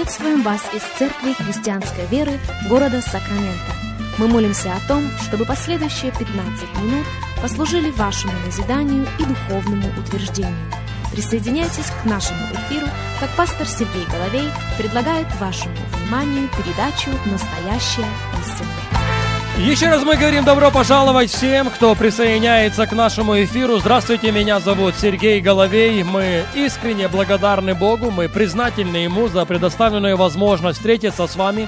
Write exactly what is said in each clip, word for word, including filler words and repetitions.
Приветствуем вас из Церкви Христианской Веры города Сакраменто. Мы молимся о том, чтобы последующие пятнадцать минут послужили вашему назиданию и духовному утверждению. Присоединяйтесь к нашему эфиру, как пастор Сергей Головей предлагает вашему вниманию передачу «Настоящая истина». Еще раз мы говорим добро пожаловать всем, кто присоединяется к нашему эфиру. Здравствуйте, меня зовут Сергей Головей. Мы искренне благодарны Богу, мы признательны Ему за предоставленную возможность встретиться с вами,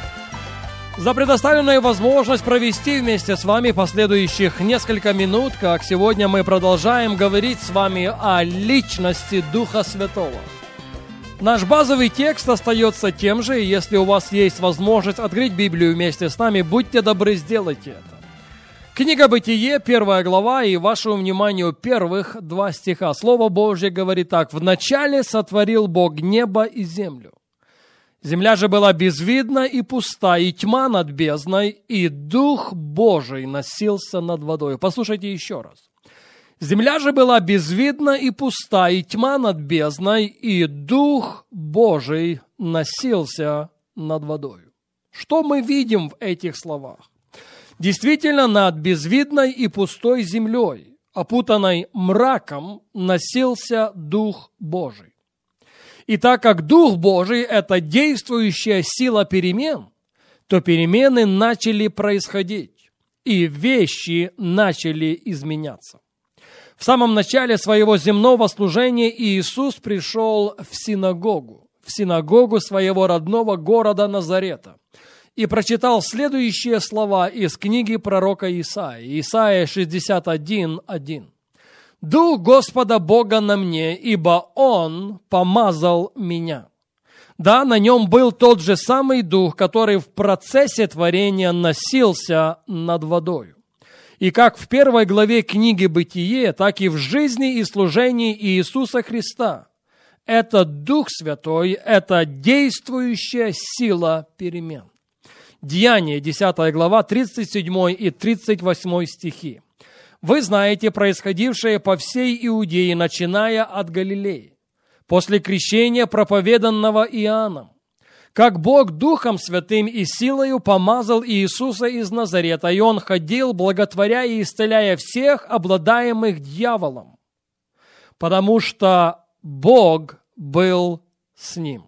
за предоставленную возможность провести вместе с вами последующих несколько минут, как сегодня мы продолжаем говорить с вами о личности Духа Святого. Наш базовый текст остается тем же, и если у вас есть возможность открыть Библию вместе с нами, будьте добры, сделайте это. Книга Бытие, первая глава, и вашему вниманию первых два стиха. Слово Божье говорит так: «Вначале сотворил Бог небо и землю. Земля же была безвидна и пуста, и тьма над бездной, и Дух Божий носился над водой». Послушайте еще раз. Земля же была безвидна и пуста, и тьма над бездной, и Дух Божий носился над водою. Что мы видим в этих словах? Действительно, над безвидной и пустой землей, опутанной мраком, носился Дух Божий. И так как Дух Божий – это действующая сила перемен, то перемены начали происходить, и вещи начали изменяться. В самом начале своего земного служения Иисус пришел в синагогу, в синагогу своего родного города Назарета, и прочитал следующие слова из книги пророка Исаии, Исаия шестьдесят один, один. «Дух Господа Бога на мне, ибо Он помазал меня». Да, на нем был тот же самый Дух, который в процессе творения носился над водою. И как в первой главе книги «Бытие», так и в жизни и служении Иисуса Христа этот Дух Святой – это действующая сила перемен. Деяния, десятая глава, тридцать седьмой и тридцать восьмой стихи. «Вы знаете происходившее по всей Иудее, начиная от Галилеи, после крещения, проповеданного Иоанном, как Бог Духом Святым и силою помазал Иисуса из Назарета, и Он ходил, благотворя и исцеляя всех, обладаемых дьяволом, потому что Бог был с Ним».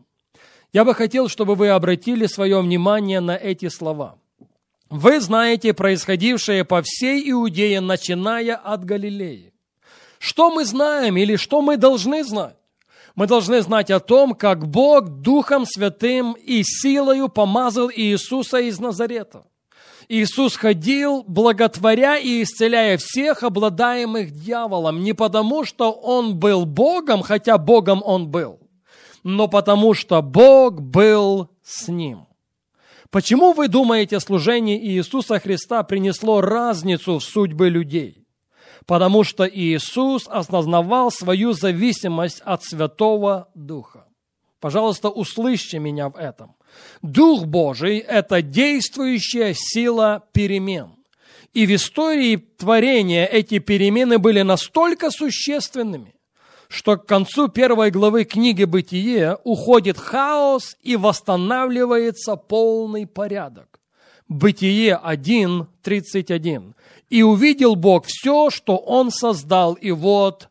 Я бы хотел, чтобы вы обратили свое внимание на эти слова. «Вы знаете происходившее по всей Иудее, начиная от Галилеи». Что мы знаем или что мы должны знать? Мы должны знать о том, как Бог Духом Святым и силою помазал Иисуса из Назарета. Иисус ходил, благотворя и исцеляя всех, обладаемых дьяволом, не потому, что Он был Богом, хотя Богом Он был, но потому, что Бог был с Ним. Почему, вы думаете, служение Иисуса Христа принесло разницу в судьбе людей? Потому что Иисус осознавал свою зависимость от Святого Духа. Пожалуйста, услышьте меня в этом. Дух Божий – это действующая сила перемен. И в истории творения эти перемены были настолько существенными, что к концу первой главы книги «Бытие» уходит хаос и восстанавливается полный порядок. Бытие один, тридцать один. «И увидел Бог все, что Он создал, и вот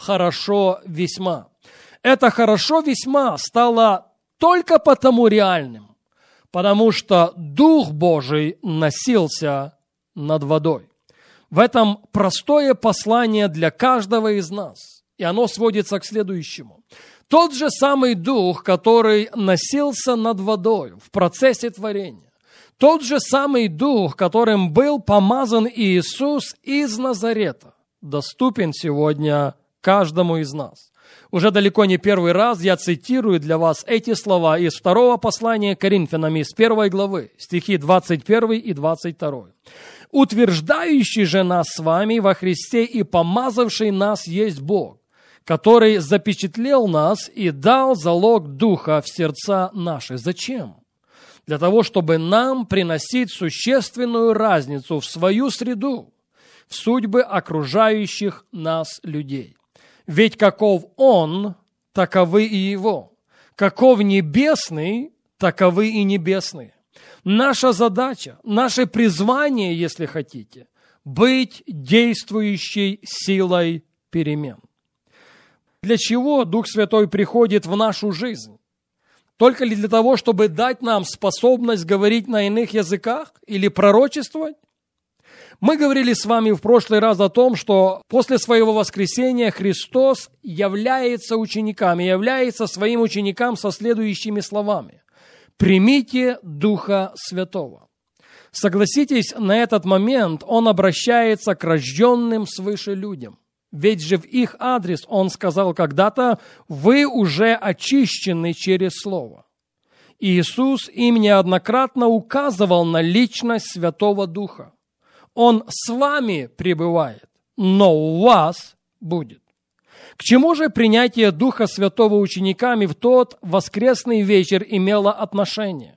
хорошо весьма». Это «хорошо весьма» стало только потому реальным, потому что Дух Божий носился над водой. В этом простое послание для каждого из нас, и оно сводится к следующему. Тот же самый Дух, который носился над водой в процессе творения, тот же самый Дух, которым был помазан Иисус из Назарета, доступен сегодня каждому из нас. Уже далеко не первый раз я цитирую для вас эти слова из второго послания к Коринфянам, из первой главы, стихи двадцать первый и двадцать второй. «Утверждающий же нас с вами во Христе и помазавший нас есть Бог, который запечатлел нас и дал залог Духа в сердца наши». Зачем? Для того, чтобы нам приносить существенную разницу в свою среду, в судьбы окружающих нас людей. Ведь каков Он, таковы и Его. Каков небесный, таковы и небесные. Наша задача, наше призвание, если хотите, быть действующей силой перемен. Для чего Дух Святой приходит в нашу жизнь? Только ли для того, чтобы дать нам способность говорить на иных языках или пророчествовать? Мы говорили с вами в прошлый раз о том, что после своего воскресения Христос является ученикам и является своим ученикам со следующими словами. «Примите Духа Святого». Согласитесь, на этот момент Он обращается к рожденным свыше людям. Ведь же в их адрес Он сказал когда-то: «Вы уже очищены через Слово». Иисус им неоднократно указывал на личность Святого Духа. Он с вами пребывает, но у вас будет. К чему же принятие Духа Святого учениками в тот воскресный вечер имело отношение?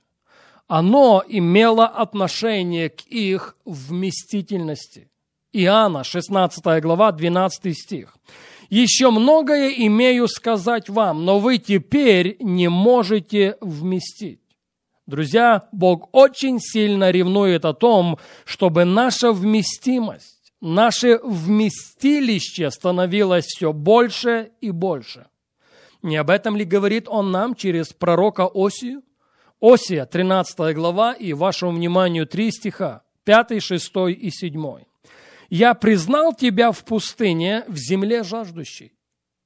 Оно имело отношение к их вместительности. Иоанна, шестнадцатая глава, двенадцатый стих. «Еще многое имею сказать вам, но вы теперь не можете вместить». Друзья, Бог очень сильно ревнует о том, чтобы наша вместимость, наше вместилище становилось все больше и больше. Не об этом ли говорит Он нам через пророка Осию? Осия, тринадцатая глава, и вашему вниманию три стиха, пятый, шестой и седьмой. «Я признал тебя в пустыне, в земле жаждущей.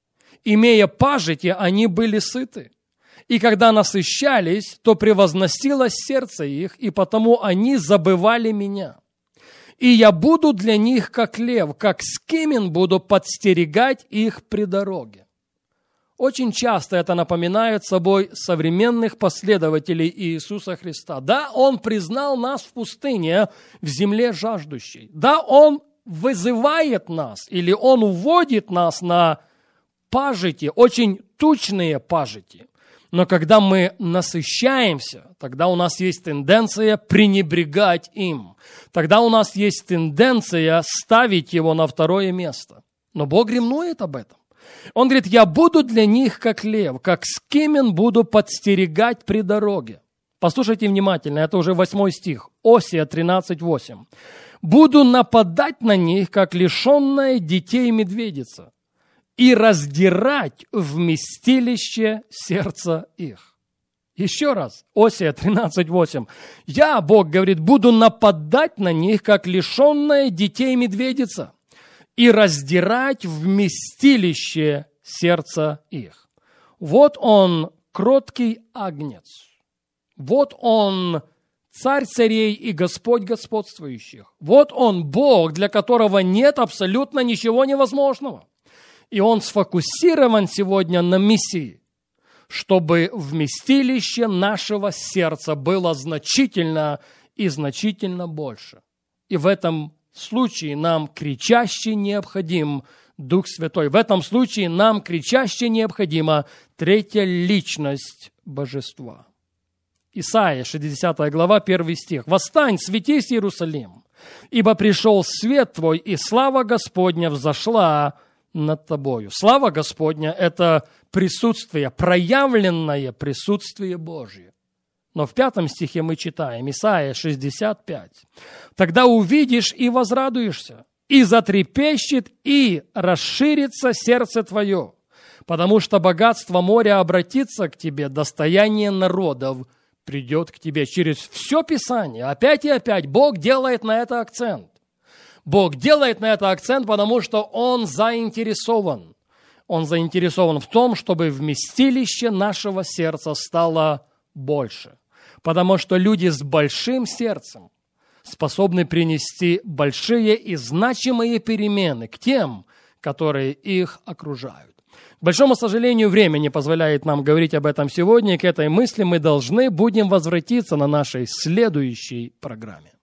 Имея пажити, они были сыты. И когда насыщались, то превозносилось сердце их, и потому они забывали меня. И я буду для них, как лев, как скимен буду подстерегать их при дороге». Очень часто это напоминает собой современных последователей Иисуса Христа. Да, Он признал нас в пустыне, в земле жаждущей. Да, Он вызывает нас, или Он уводит нас на пажити, очень тучные пажити. Но когда мы насыщаемся, тогда у нас есть тенденция пренебрегать им. Тогда у нас есть тенденция ставить его на второе место. Но Бог ревнует об этом. Он говорит: «Я буду для них, как лев, как скимен буду подстерегать при дороге». Послушайте внимательно, это уже восьмой стих, Осия тринадцать восемь. «Буду нападать на них, как лишенная детей медведица, и раздирать вместилище сердца их». Еще раз, Осия тринадцать восемь. «Я, Бог говорит, буду нападать на них, как лишенная детей медведица, и раздирать вместилище сердца их». Вот Он, кроткий агнец. Вот Он, Царь царей и Господь господствующих. Вот Он, Бог, для которого нет абсолютно ничего невозможного. И Он сфокусирован сегодня на миссии, чтобы вместилище нашего сердца было значительно и значительно больше. И в этом случае нам кричаще необходим Дух Святой. В этом случае нам кричаще необходима третья личность Божества. Исайя, шестидесятая глава, первый стих. «Восстань, светись, Иерусалим, ибо пришел свет твой, и слава Господня взошла над тобою». Слава Господня – это присутствие, проявленное присутствие Божье. Но в пятом стихе мы читаем, Исайя шестьдесят пять. «Тогда увидишь и возрадуешься, и затрепещет, и расширится сердце твое, потому что богатство моря обратится к тебе, достояние народов придет к тебе». Через все Писание, опять и опять, Бог делает на это акцент. Бог делает на это акцент, потому что Он заинтересован. Он заинтересован в том, чтобы вместилище нашего сердца стало больше. Потому что люди с большим сердцем способны принести большие и значимые перемены к тем, которые их окружают. К большому сожалению, время не позволяет нам говорить об этом сегодня, и к этой мысли мы должны будем возвратиться на нашей следующей программе.